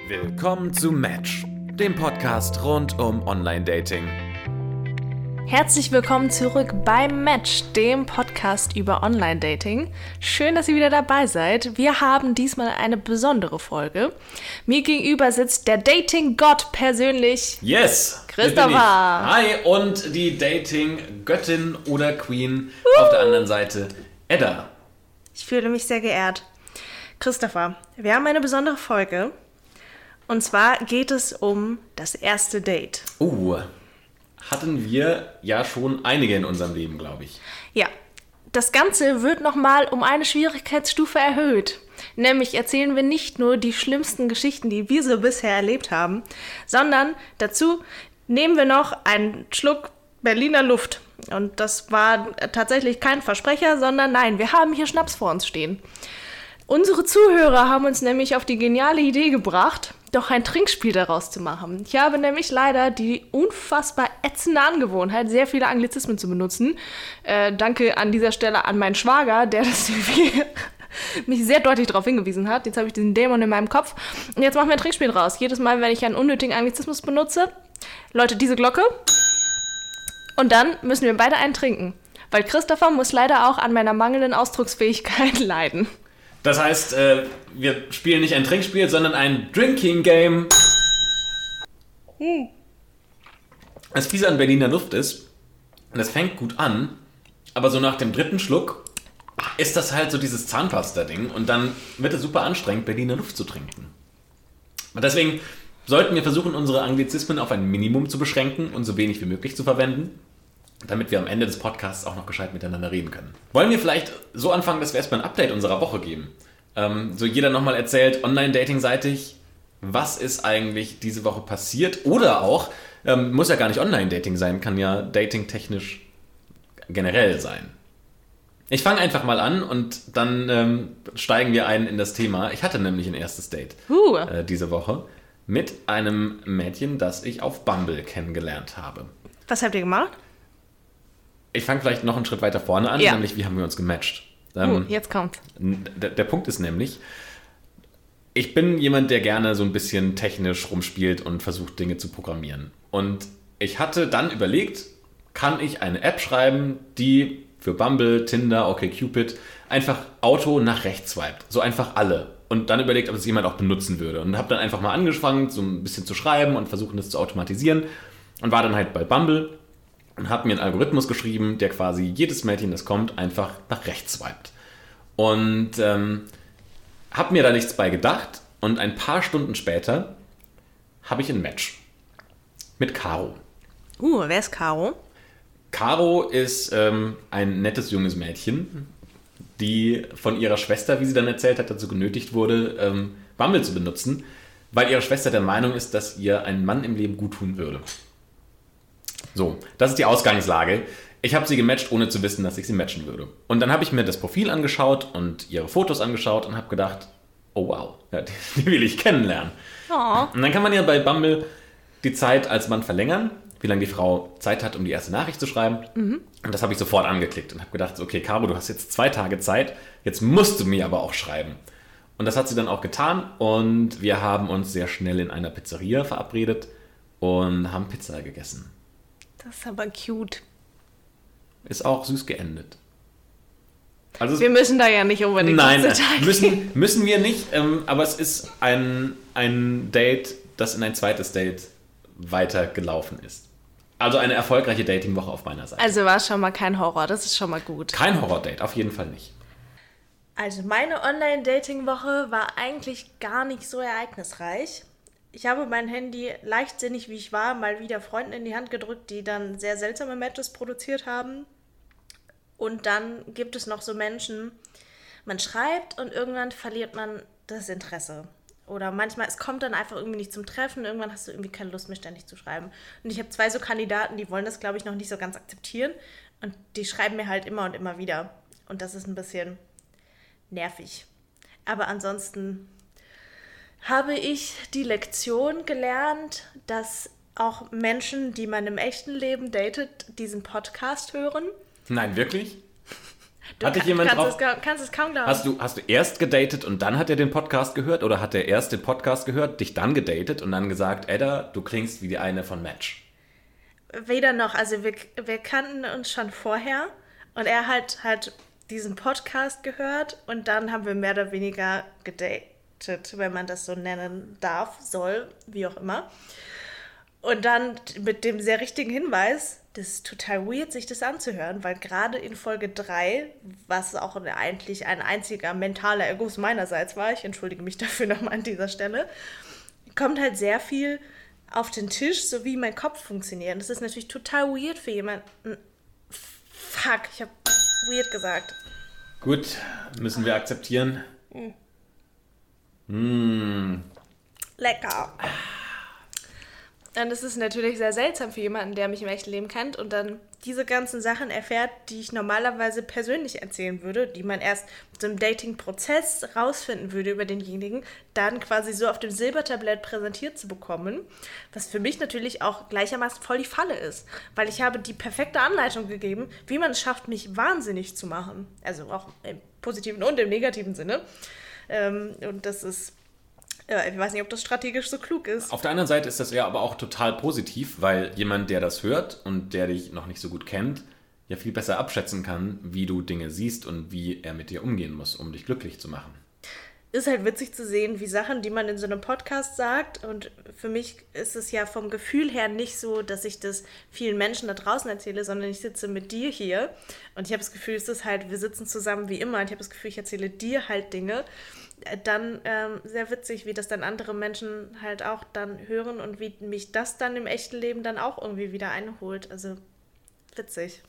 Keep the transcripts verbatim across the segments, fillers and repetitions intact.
Willkommen zu Match, dem Podcast rund um Online-Dating. Herzlich willkommen zurück bei Match, dem Podcast über Online-Dating. Schön, dass ihr wieder dabei seid. Wir haben diesmal eine besondere Folge. Mir gegenüber sitzt der Dating-Gott persönlich. Yes! Christopher! Hi, und die Dating-Göttin oder Queen uh. auf der anderen Seite, Edda. Ich fühle mich sehr geehrt. Christopher, wir haben eine besondere Folge. Und zwar geht es um das erste Date. Uh, hatten wir ja schon einige in unserem Leben, glaube ich. Ja, das Ganze wird nochmal um eine Schwierigkeitsstufe erhöht. Nämlich erzählen wir nicht nur die schlimmsten Geschichten, die wir so bisher erlebt haben, sondern dazu nehmen wir noch einen Schluck Berliner Luft. Und das war tatsächlich kein Versprecher, sondern nein, wir haben hier Schnaps vor uns stehen. Unsere Zuhörer haben uns nämlich auf die geniale Idee gebracht, doch ein Trinkspiel daraus zu machen. Ich habe nämlich leider die unfassbar ätzende Angewohnheit, sehr viele Anglizismen zu benutzen. Äh, danke an dieser Stelle an meinen Schwager, der das irgendwie mich sehr deutlich darauf hingewiesen hat. Jetzt habe ich diesen Dämon in meinem Kopf. Und jetzt machen wir ein Trinkspiel raus. Jedes Mal, wenn ich einen unnötigen Anglizismus benutze, läutet diese Glocke. Und dann müssen wir beide einen trinken. Weil Christopher muss leider auch an meiner mangelnden Ausdrucksfähigkeit leiden. Das heißt, äh, wir spielen nicht ein Trinkspiel, sondern ein Drinking Game. Hm. Das Fiese an Berliner Luft ist, und es fängt gut an, aber so nach dem dritten Schluck ist das halt so dieses Zahnpasta-Ding und dann wird es super anstrengend, Berliner Luft zu trinken. Und deswegen sollten wir versuchen, unsere Anglizismen auf ein Minimum zu beschränken und so wenig wie möglich zu verwenden, damit wir am Ende des Podcasts auch noch gescheit miteinander reden können. Wollen wir vielleicht so anfangen, dass wir erstmal ein Update unserer Woche geben? Ähm, so jeder nochmal erzählt, Online-Dating-seitig, was ist eigentlich diese Woche passiert? Oder auch, ähm, muss ja gar nicht Online-Dating sein, kann ja dating-technisch generell sein. Ich fange einfach mal an und dann ähm, steigen wir ein in das Thema. Ich hatte nämlich ein erstes Date uh. äh, diese Woche mit einem Mädchen, das ich auf Bumble kennengelernt habe. Was habt ihr gemacht? Ich fange vielleicht noch einen Schritt weiter vorne an, ja. Nämlich wie haben wir uns gematcht. Ähm, uh, jetzt kommt's. Der, der Punkt ist nämlich, ich bin jemand, der gerne so ein bisschen technisch rumspielt und versucht, Dinge zu programmieren. Und ich hatte dann überlegt, kann ich eine App schreiben, die für Bumble, Tinder, OkCupid einfach Auto nach rechts swiped. So einfach alle. Und dann überlegt, ob es jemand auch benutzen würde. Und habe dann einfach mal angefangen, so ein bisschen zu schreiben und versuchen, das zu automatisieren. Und war dann halt bei Bumble und habe mir einen Algorithmus geschrieben, der quasi jedes Mädchen, das kommt, einfach nach rechts swiped. Und ähm, habe mir da nichts bei gedacht. Und ein paar Stunden später habe ich ein Match mit Caro. Uh, wer ist Caro? Caro ist ähm, ein nettes junges Mädchen, die von ihrer Schwester, wie sie dann erzählt hat, dazu genötigt wurde, ähm, Bumble zu benutzen, weil ihre Schwester der Meinung ist, dass ihr ein Mann im Leben gut tun würde. So, das ist die Ausgangslage. Ich habe sie gematcht, ohne zu wissen, dass ich sie matchen würde. Und dann habe ich mir das Profil angeschaut und ihre Fotos angeschaut und habe gedacht, oh wow, ja, die, die will ich kennenlernen. Oh. Und dann kann man ja bei Bumble die Zeit als Mann verlängern, wie lange die Frau Zeit hat, um die erste Nachricht zu schreiben. Mhm. Und das habe ich sofort angeklickt und habe gedacht, okay, Caro, du hast jetzt zwei Tage Zeit, jetzt musst du mir aber auch schreiben. Und das hat sie dann auch getan und wir haben uns sehr schnell in einer Pizzeria verabredet und haben Pizza gegessen. Das ist aber cute. Ist auch süß geendet. Also wir müssen da ja nicht unbedingt Nein, müssen, müssen wir nicht, ähm, aber es ist ein, ein Date, das in ein zweites Date weitergelaufen ist. Also eine erfolgreiche Datingwoche auf meiner Seite. Also war schon mal kein Horror, das ist schon mal gut. Kein Horror-Date, auf jeden Fall nicht. Also meine Online-Dating-Woche war eigentlich gar nicht so ereignisreich. Ich habe mein Handy, leichtsinnig wie ich war, mal wieder Freunden in die Hand gedrückt, die dann sehr seltsame Matches produziert haben. Und dann gibt es noch so Menschen, man schreibt und irgendwann verliert man das Interesse. Oder manchmal, es kommt dann einfach irgendwie nicht zum Treffen, irgendwann hast du irgendwie keine Lust mehr ständig zu schreiben. Und ich habe zwei so Kandidaten, die wollen das, glaube ich, noch nicht so ganz akzeptieren. Und die schreiben mir halt immer und immer wieder. Und das ist ein bisschen nervig. Aber ansonsten habe ich die Lektion gelernt, dass auch Menschen, die man im echten Leben datet, diesen Podcast hören. Nein, wirklich? Hat dich jemand kannst, drauf... es, kannst es kaum glauben. Hast du, hast du erst gedatet und dann hat er den Podcast gehört? Oder hat er erst den Podcast gehört, dich dann gedatet und dann gesagt, Edda, du klingst wie die eine von Match? Weder noch. Also wir, wir kannten uns schon vorher und er hat halt diesen Podcast gehört und dann haben wir mehr oder weniger gedatet, wenn man das so nennen darf, soll, wie auch immer. Und dann mit dem sehr richtigen Hinweis, das ist total weird, sich das anzuhören, weil gerade in Folge drei, was auch eigentlich ein einziger mentaler Erguss meinerseits war, ich entschuldige mich dafür nochmal an dieser Stelle, kommt halt sehr viel auf den Tisch, so wie mein Kopf funktioniert. Und das ist natürlich total weird für jemanden. Fuck, ich habe weird gesagt. Gut, müssen wir akzeptieren. Mm. Mm. Lecker. Und das ist natürlich sehr seltsam für jemanden, der mich im echten Leben kennt und dann diese ganzen Sachen erfährt, die ich normalerweise persönlich erzählen würde, die man erst mit so einem Dating-Prozess rausfinden würde über denjenigen, dann quasi so auf dem Silbertablett präsentiert zu bekommen, was für mich natürlich auch gleichermaßen voll die Falle ist, weil ich habe die perfekte Anleitung gegeben, wie man es schafft, mich wahnsinnig zu machen. Also auch im positiven und im negativen Sinne. Und das ist... Ja, ich weiß nicht, ob das strategisch so klug ist. Auf der anderen Seite ist das ja aber auch total positiv, weil jemand, der das hört und der dich noch nicht so gut kennt, ja viel besser abschätzen kann, wie du Dinge siehst und wie er mit dir umgehen muss, um dich glücklich zu machen. Ist halt witzig zu sehen, wie Sachen, die man in so einem Podcast sagt, und für mich ist es ja vom Gefühl her nicht so, dass ich das vielen Menschen da draußen erzähle, sondern ich sitze mit dir hier und ich habe das Gefühl, es ist halt, wir sitzen zusammen wie immer und ich habe das Gefühl, ich erzähle dir halt Dinge, dann ähm, sehr witzig, wie das dann andere Menschen halt auch dann hören und wie mich das dann im echten Leben dann auch irgendwie wieder einholt. Also witzig.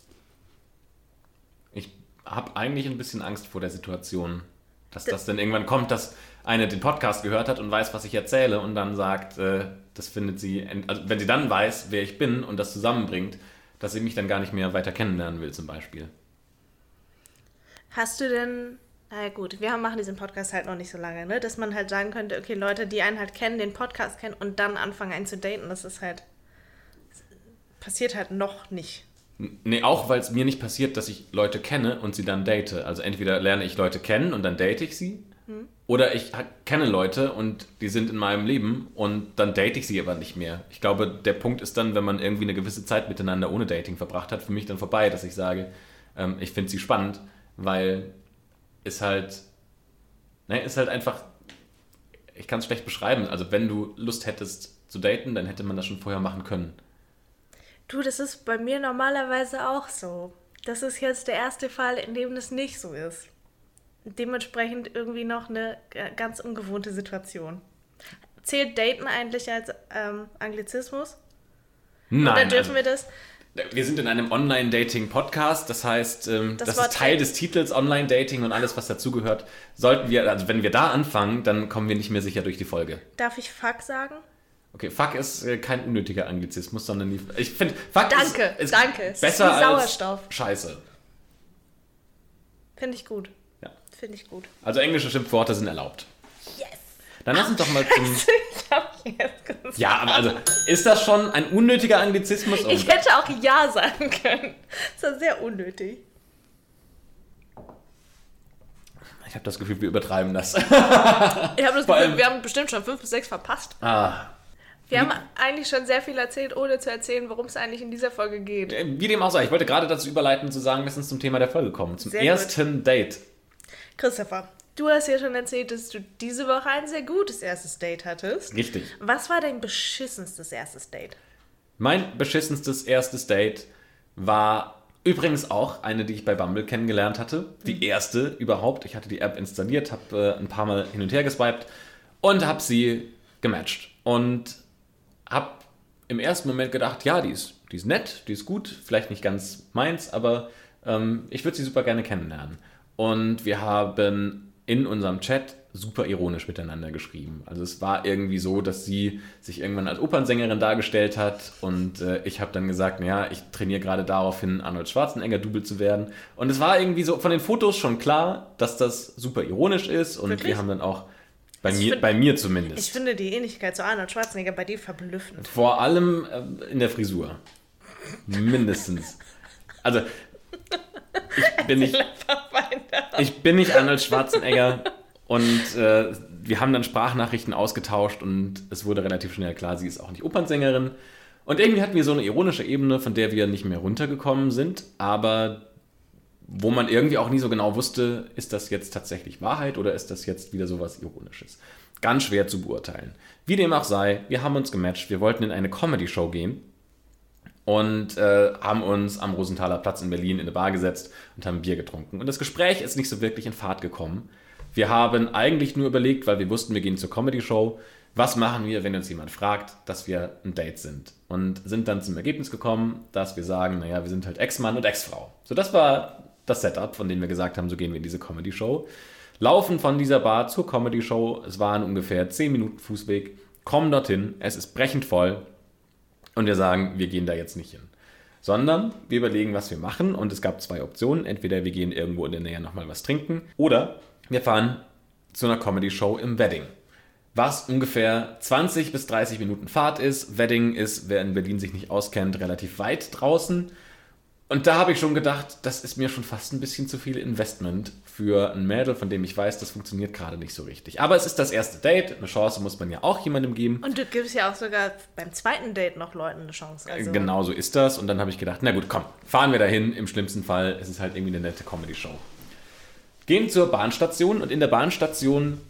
Ich habe eigentlich ein bisschen Angst vor der Situation, dass das, das dann irgendwann kommt, dass eine den Podcast gehört hat und weiß, was ich erzähle und dann sagt, äh, das findet sie, also wenn sie dann weiß, wer ich bin und das zusammenbringt, dass sie mich dann gar nicht mehr weiter kennenlernen will zum Beispiel. Hast du denn... Na ja, gut, wir machen diesen Podcast halt noch nicht so lange, ne? Dass man halt sagen könnte, okay, Leute, die einen halt kennen, den Podcast kennen und dann anfangen, einen zu daten, das ist halt, das passiert halt noch nicht. Nee, auch weil es mir nicht passiert, dass ich Leute kenne und sie dann date. Also entweder lerne ich Leute kennen und dann date ich sie, hm. oder ich kenne Leute und die sind in meinem Leben und dann date ich sie aber nicht mehr. Ich glaube, der Punkt ist dann, wenn man irgendwie eine gewisse Zeit miteinander ohne Dating verbracht hat, für mich dann vorbei, dass ich sage, ähm, ich finde sie spannend, weil... ist halt, ne, ist halt einfach, ich kann es schlecht beschreiben, also wenn du Lust hättest zu daten, dann hätte man das schon vorher machen können. Du, das ist bei mir normalerweise auch so. Das ist jetzt der erste Fall, in dem das nicht so ist. Dementsprechend irgendwie noch eine ganz ungewohnte Situation. Zählt Daten eigentlich als ähm, Anglizismus? Nein. Oder dürfen also, wir das... Wir sind in einem Online-Dating-Podcast, das heißt, ähm, das, das ist Teil des Titels Online-Dating und alles, was dazugehört. Sollten wir, also wenn wir da anfangen, dann kommen wir nicht mehr sicher durch die Folge. Darf ich Fuck sagen? Okay, Fuck ist äh, kein unnötiger Anglizismus, sondern die, ich finde, Fuck danke, ist, ist danke. besser ist wie als Sauerstoff. Scheiße. Finde ich gut. Ja. Finde ich gut. Also englische Schimpfworte sind erlaubt. Yes! Dann lass uns doch mal zum... ich hab jetzt gesagt. Ja, aber also, ist das schon ein unnötiger Anglizismus? Ich hätte auch Ja sagen können. Das war sehr unnötig. Ich habe das Gefühl, wir übertreiben das. Ich habe das Gefühl, allem, wir haben bestimmt schon fünf bis sechs verpasst. Ah. Wir haben eigentlich schon sehr viel erzählt, ohne zu erzählen, worum es eigentlich in dieser Folge geht. Wie dem auch sei, ich wollte gerade dazu überleiten, zu sagen, lass uns zum Thema der Folge kommen. Zum sehr ersten gut. Date. Christopher, du hast ja schon erzählt, dass du diese Woche ein sehr gutes erstes Date hattest. Richtig. Was war dein beschissenstes erstes Date? Mein beschissenstes erstes Date war übrigens auch eine, die ich bei Bumble kennengelernt hatte. Die mhm. erste überhaupt. Ich hatte die App installiert, habe äh, ein paar Mal hin und her geswiped und habe sie gematcht. Und habe im ersten Moment gedacht, ja, die ist, die ist nett, die ist gut, vielleicht nicht ganz meins, aber ähm, ich würde sie super gerne kennenlernen. Und wir haben in unserem Chat super ironisch miteinander geschrieben. Also es war irgendwie so, dass sie sich irgendwann als Opernsängerin dargestellt hat und äh, ich habe dann gesagt, naja, ich trainiere gerade darauf hin, Arnold Schwarzenegger-Double zu werden. Und es war irgendwie so von den Fotos schon klar, dass das super ironisch ist und Wirklich? wir haben dann auch, bei, Also mir, find, bei mir zumindest. Ich finde die Ähnlichkeit zu Arnold Schwarzenegger bei dir verblüffend. Vor allem äh, in der Frisur. Mindestens. Also ich bin nicht, ich bin nicht Arnold Schwarzenegger und äh, wir haben dann Sprachnachrichten ausgetauscht und es wurde relativ schnell klar, sie ist auch nicht Opernsängerin. Und irgendwie hatten wir so eine ironische Ebene, von der wir nicht mehr runtergekommen sind, aber wo man irgendwie auch nie so genau wusste, ist das jetzt tatsächlich Wahrheit oder ist das jetzt wieder sowas Ironisches? Ganz schwer zu beurteilen. Wie dem auch sei, wir haben uns gematcht, wir wollten in eine Comedy-Show gehen und äh, haben uns am Rosenthaler Platz in Berlin in eine Bar gesetzt und haben Bier getrunken. Und das Gespräch ist nicht so wirklich in Fahrt gekommen. Wir haben eigentlich nur überlegt, weil wir wussten, wir gehen zur Comedy-Show, was machen wir, wenn uns jemand fragt, dass wir ein Date sind? Und sind dann zum Ergebnis gekommen, dass wir sagen, naja, wir sind halt Ex-Mann und Ex-Frau. So, das war das Setup, von dem wir gesagt haben, so gehen wir in diese Comedy-Show. Laufen von dieser Bar zur Comedy-Show, es waren ungefähr zehn Minuten Fußweg, kommen dorthin, es ist brechend voll und wir sagen, wir gehen da jetzt nicht hin. Sondern wir überlegen, was wir machen und es gab zwei Optionen. Entweder wir gehen irgendwo in der Nähe nochmal was trinken oder wir fahren zu einer Comedy-Show im Wedding, was ungefähr zwanzig bis dreißig Minuten Fahrt ist. Wedding ist, wer in Berlin sich nicht auskennt, relativ weit draußen. Und da habe ich schon gedacht, das ist mir schon fast ein bisschen zu viel Investment für ein Mädel, von dem ich weiß, das funktioniert gerade nicht so richtig. Aber es ist das erste Date, eine Chance muss man ja auch jemandem geben. Und du gibst ja auch sogar beim zweiten Date noch Leuten eine Chance. Also. Genau so ist das. Und dann habe ich gedacht, na gut, komm, fahren wir dahin. Im schlimmsten Fall ist es halt irgendwie eine nette Comedy-Show. Gehen zur Bahnstation und in der Bahnstation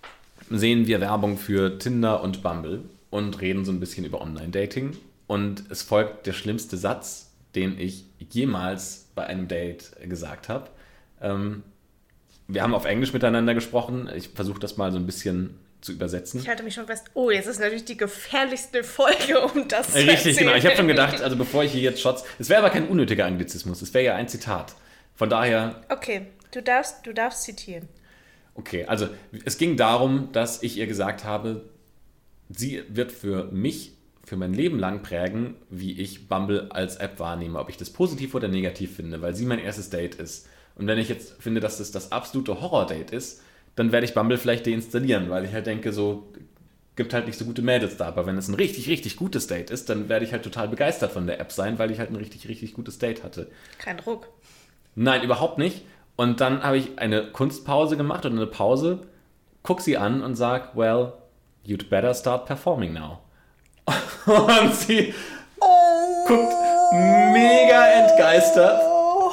sehen wir Werbung für Tinder und Bumble und reden so ein bisschen über Online-Dating. Und es folgt der schlimmste Satz, den ich jemals bei einem Date gesagt habe. Ähm, wir haben auf Englisch miteinander gesprochen. Ich versuche das mal so ein bisschen zu übersetzen. Ich halte mich schon fest, oh, jetzt ist natürlich die gefährlichste Folge, um das zu erzählen. Richtig, genau. Ich habe schon gedacht, also bevor ich hier jetzt Shots... Es wäre aber kein unnötiger Anglizismus, es wäre ja ein Zitat. Von daher... Okay, du darfst, du darfst zitieren. Okay, also es ging darum, dass ich ihr gesagt habe, sie wird für mich... für mein Leben lang prägen, wie ich Bumble als App wahrnehme, ob ich das positiv oder negativ finde, weil sie mein erstes Date ist. Und wenn ich jetzt finde, dass das das absolute Horror-Date ist, dann werde ich Bumble vielleicht deinstallieren, weil ich halt denke, so gibt halt nicht so gute Mädels da. Aber wenn es ein richtig, richtig gutes Date ist, dann werde ich halt total begeistert von der App sein, weil ich halt ein richtig, richtig gutes Date hatte. Kein Druck. Nein, überhaupt nicht. Und dann habe ich eine Kunstpause gemacht und eine Pause, guck sie an und sag, well, you'd better start performing now. Und sie oh. guckt mega entgeistert. Oh.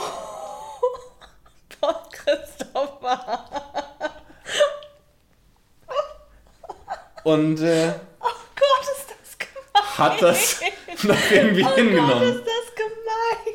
Boah, Christopher. Und äh, oh Gott, ist das gemein. Hat das noch irgendwie oh hingenommen. Oh Gott, ist das gemein.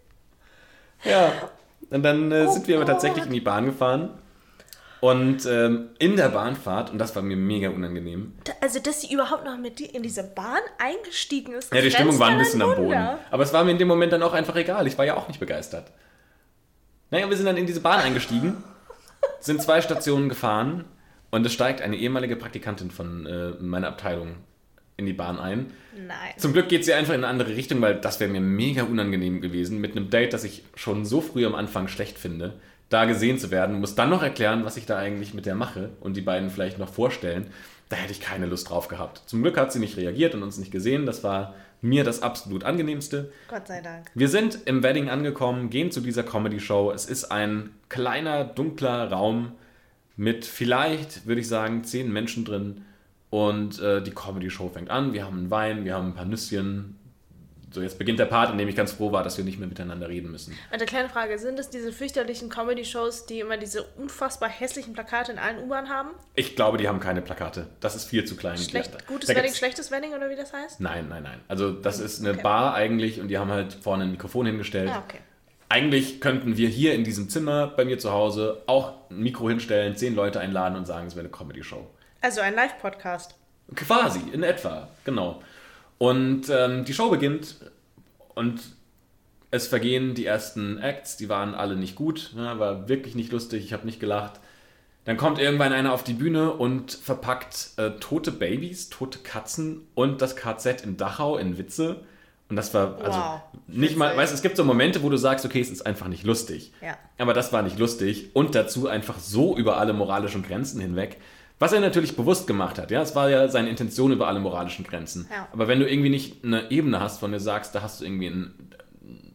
Ja, und dann äh, oh sind wir aber Gott. tatsächlich in die Bahn gefahren. Und ähm, in der Bahnfahrt, und das war mir mega unangenehm. Also, dass sie überhaupt noch mit dir in diese Bahn eingestiegen ist. Ja, die Stimmung war ein bisschen am Boden. Wunder. Aber es war mir in dem Moment dann auch einfach egal. Ich war ja auch nicht begeistert. Naja, wir sind dann in diese Bahn eingestiegen, sind zwei Stationen gefahren und es steigt eine ehemalige Praktikantin von äh, meiner Abteilung in die Bahn ein. Nein. Zum Glück geht sie einfach in eine andere Richtung, weil das wäre mir mega unangenehm gewesen, mit einem Date, das ich schon so früh am Anfang schlecht finde, da gesehen zu werden, muss dann noch erklären, was ich da eigentlich mit der mache und die beiden vielleicht noch vorstellen. Da hätte ich keine Lust drauf gehabt. Zum Glück hat sie nicht reagiert und uns nicht gesehen. Das war mir das absolut angenehmste. Gott sei Dank. Wir sind im Wedding angekommen, gehen zu dieser Comedy-Show. Es ist ein kleiner, dunkler Raum mit vielleicht, würde ich sagen, zehn Menschen drin. Und äh, die Comedy-Show fängt an. Wir haben einen Wein, wir haben ein paar Nüsschen. So, jetzt beginnt der Part, in dem ich ganz froh war, dass wir nicht mehr miteinander reden müssen. Eine kleine Frage, sind es diese fürchterlichen Comedy-Shows, die immer diese unfassbar hässlichen Plakate in allen U-Bahnen haben? Ich glaube, die haben keine Plakate. Das ist viel zu klein. Schlecht, da, gutes da Wedding, schlechtes Wedding oder wie das heißt? Nein, nein, nein. Also das ist eine okay. Bar eigentlich und die haben halt vorne ein Mikrofon hingestellt. Ah, okay. Eigentlich könnten wir hier in diesem Zimmer bei mir zu Hause auch ein Mikro hinstellen, zehn Leute einladen und sagen, es wäre eine Comedy-Show. Also ein Live-Podcast. Quasi, in etwa, genau. Und ähm, die Show beginnt und es vergehen die ersten Acts, die waren alle nicht gut, ja, war wirklich nicht lustig, ich habe nicht gelacht. Dann kommt irgendwann einer auf die Bühne und verpackt äh, tote Babys, tote Katzen und das K Z in Dachau in Witze. Und das war also wow. nicht mal, weißt du, es gibt so Momente, wo du sagst, okay, es ist einfach nicht lustig. Ja. Aber das war nicht lustig und dazu einfach so über alle moralischen Grenzen hinweg. Was er natürlich bewusst gemacht hat, ja, es war ja seine Intention über alle moralischen Grenzen. Ja. Aber wenn du irgendwie nicht eine Ebene hast, von der du sagst, da hast du irgendwie ein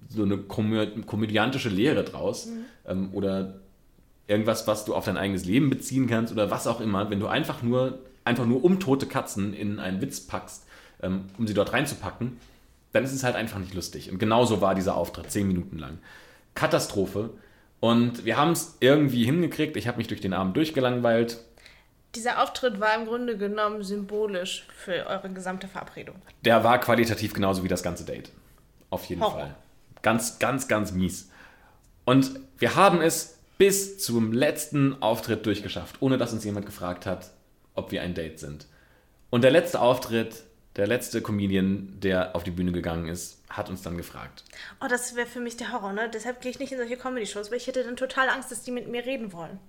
so eine komö- komödiantische Lehre draus mhm. ähm, oder irgendwas, was du auf dein eigenes Leben beziehen kannst oder was auch immer, wenn du einfach nur, einfach nur um tote Katzen in einen Witz packst, ähm, um sie dort reinzupacken, dann ist es halt einfach nicht lustig. Und genauso war dieser Auftritt, zehn Minuten lang. Katastrophe. Und wir haben es irgendwie hingekriegt. Ich habe mich durch den Abend durchgelangweilt. Dieser Auftritt war im Grunde genommen symbolisch für eure gesamte Verabredung. Der war qualitativ genauso wie das ganze Date. Auf jeden Horror. Fall. Ganz, ganz, ganz mies. Und wir haben es bis zum letzten Auftritt durchgeschafft, ohne dass uns jemand gefragt hat, ob wir ein Date sind. Und der letzte Auftritt, der letzte Comedian, der auf die Bühne gegangen ist, hat uns dann gefragt. Oh, das wäre für mich der Horror, ne? Deshalb gehe ich nicht in solche Comedy-Shows, weil ich hätte dann total Angst, dass die mit mir reden wollen.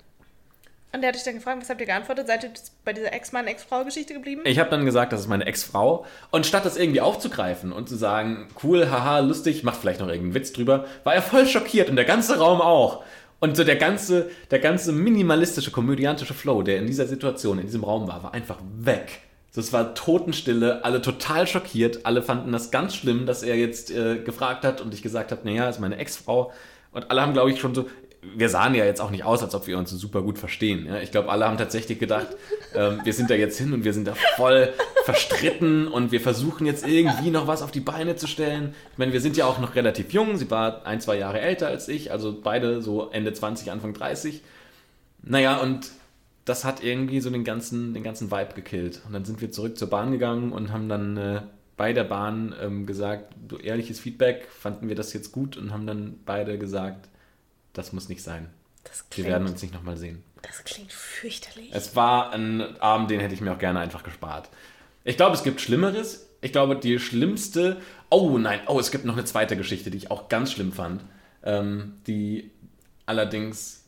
Und der hat dich dann gefragt, was habt ihr geantwortet? Seid ihr bei dieser Ex-Mann-Ex-Frau-Geschichte geblieben? Ich habe dann gesagt, das ist meine Ex-Frau. Und statt das irgendwie aufzugreifen und zu sagen, cool, haha, lustig, macht vielleicht noch irgendeinen Witz drüber, war er voll schockiert und der ganze Raum auch. Und so der ganze, der ganze minimalistische, komödiantische Flow, der in dieser Situation, in diesem Raum war, war einfach weg. So, es war Totenstille, alle total schockiert, alle fanden das ganz schlimm, dass er jetzt äh, gefragt hat und ich gesagt habe, naja, ist meine Ex-Frau. Und alle haben, glaube ich, schon so, wir sahen ja jetzt auch nicht aus, als ob wir uns so super gut verstehen. Ja? Ich glaube, alle haben tatsächlich gedacht, ähm, wir sind da jetzt hin und wir sind da voll verstritten und wir versuchen jetzt irgendwie noch was auf die Beine zu stellen. Ich meine, wir sind ja auch noch relativ jung, sie war ein, zwei Jahre älter als ich, also beide so Ende zwanzig, Anfang dreißig. Naja, und das hat irgendwie so den ganzen, den ganzen Vibe gekillt. Und dann sind wir zurück zur Bahn gegangen und haben dann äh, bei der Bahn ähm, gesagt, so ehrliches Feedback, fanden wir das jetzt gut und haben dann beide gesagt, das muss nicht sein. Das klingt, wir werden uns nicht nochmal sehen. Das klingt fürchterlich. Es war ein Abend, den hätte ich mir auch gerne einfach gespart. Ich glaube, es gibt Schlimmeres. Ich glaube, die schlimmste... Oh nein, oh, es gibt noch eine zweite Geschichte, die ich auch ganz schlimm fand. Ähm, die allerdings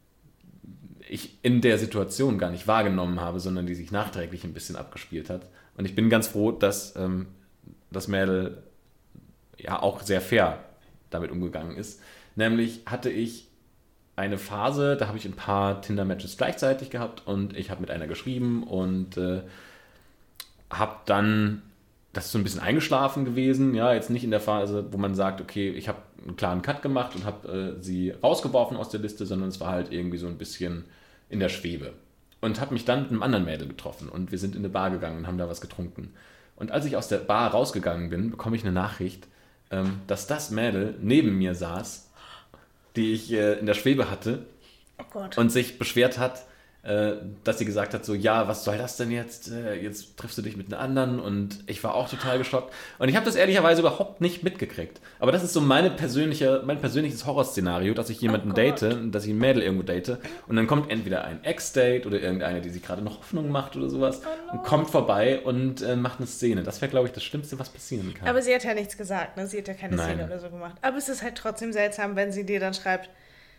ich in der Situation gar nicht wahrgenommen habe, sondern die sich nachträglich ein bisschen abgespielt hat. Und ich bin ganz froh, dass ähm, das Mädel ja auch sehr fair damit umgegangen ist. Nämlich hatte ich eine Phase, da habe ich ein paar Tinder-Matches gleichzeitig gehabt und ich habe mit einer geschrieben und äh, habe dann, das ist so ein bisschen eingeschlafen gewesen, ja, jetzt nicht in der Phase, wo man sagt, okay, ich habe einen klaren Cut gemacht und habe äh, sie rausgeworfen aus der Liste, sondern es war halt irgendwie so ein bisschen in der Schwebe. Und habe mich dann mit einem anderen Mädel getroffen und wir sind in eine Bar gegangen und haben da was getrunken. Und als ich aus der Bar rausgegangen bin, bekomme ich eine Nachricht, ähm, dass das Mädel neben mir saß, die ich äh, in der Schwebe hatte, oh Gott. Und sich beschwert hat, äh, dass sie gesagt hat, so, ja, was soll das denn jetzt? Äh, jetzt triffst du dich mit einem anderen und ich war auch total geschockt. Und ich habe das ehrlicherweise überhaupt nicht mitgekriegt. Aber das ist so meine persönliche, mein persönliches Horrorszenario, dass ich jemanden oh date, dass ich ein Mädel irgendwo date und dann kommt entweder ein Ex-Date oder irgendeine, die sich gerade noch Hoffnung macht oder sowas oh und kommt vorbei und äh, macht eine Szene. Das wäre, glaube ich, das Schlimmste, was passieren kann. Aber sie hat ja nichts gesagt, ne? Sie hat ja keine Nein. Szene oder so gemacht. Aber es ist halt trotzdem seltsam, wenn sie dir dann schreibt,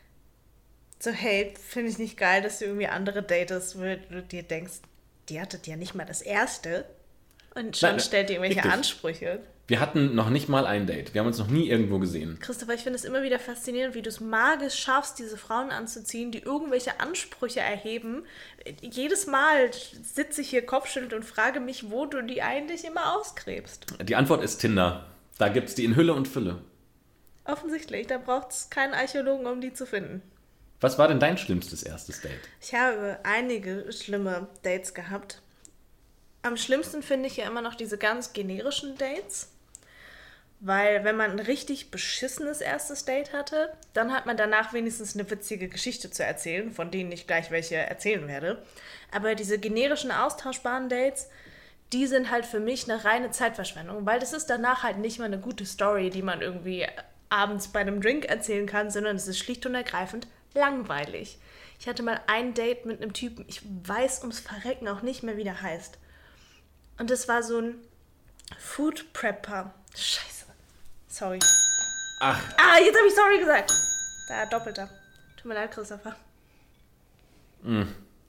so, hey, finde ich nicht geil, dass du irgendwie andere datest, wo du dir denkst, die hattet ja nicht mal das erste und schon Nein, stellt die irgendwelche richtig. Ansprüche. Wir hatten noch nicht mal ein Date. Wir haben uns noch nie irgendwo gesehen. Christopher, ich finde es immer wieder faszinierend, wie du es magisch schaffst, diese Frauen anzuziehen, die irgendwelche Ansprüche erheben. Jedes Mal sitze ich hier kopfschüttelnd und frage mich, wo du die eigentlich immer ausgräbst. Die Antwort ist Tinder. Da gibt es die in Hülle und Fülle. Offensichtlich, da braucht es keinen Archäologen, um die zu finden. Was war denn dein schlimmstes erstes Date? Ich habe einige schlimme Dates gehabt. Am schlimmsten finde ich ja immer noch diese ganz generischen Dates. Weil wenn man ein richtig beschissenes erstes Date hatte, dann hat man danach wenigstens eine witzige Geschichte zu erzählen, von denen ich gleich welche erzählen werde. Aber diese generischen austauschbaren Dates, die sind halt für mich eine reine Zeitverschwendung, weil das ist danach halt nicht mal eine gute Story, die man irgendwie abends bei einem Drink erzählen kann, sondern es ist schlicht und ergreifend langweilig. Ich hatte mal ein Date mit einem Typen, ich weiß ums Verrecken auch nicht mehr, wie der heißt. Und das war so ein Food Prepper. Scheiße. Sorry. Ach. Ah, jetzt habe ich sorry gesagt. Da, doppelter. Tut mir leid, Christopher. Mm.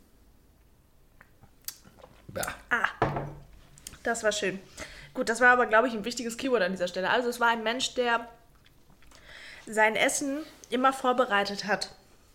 Ja. Ah, das war schön. Gut, das war aber, glaube ich, ein wichtiges Keyword an dieser Stelle. Also es war ein Mensch, der sein Essen immer vorbereitet hat.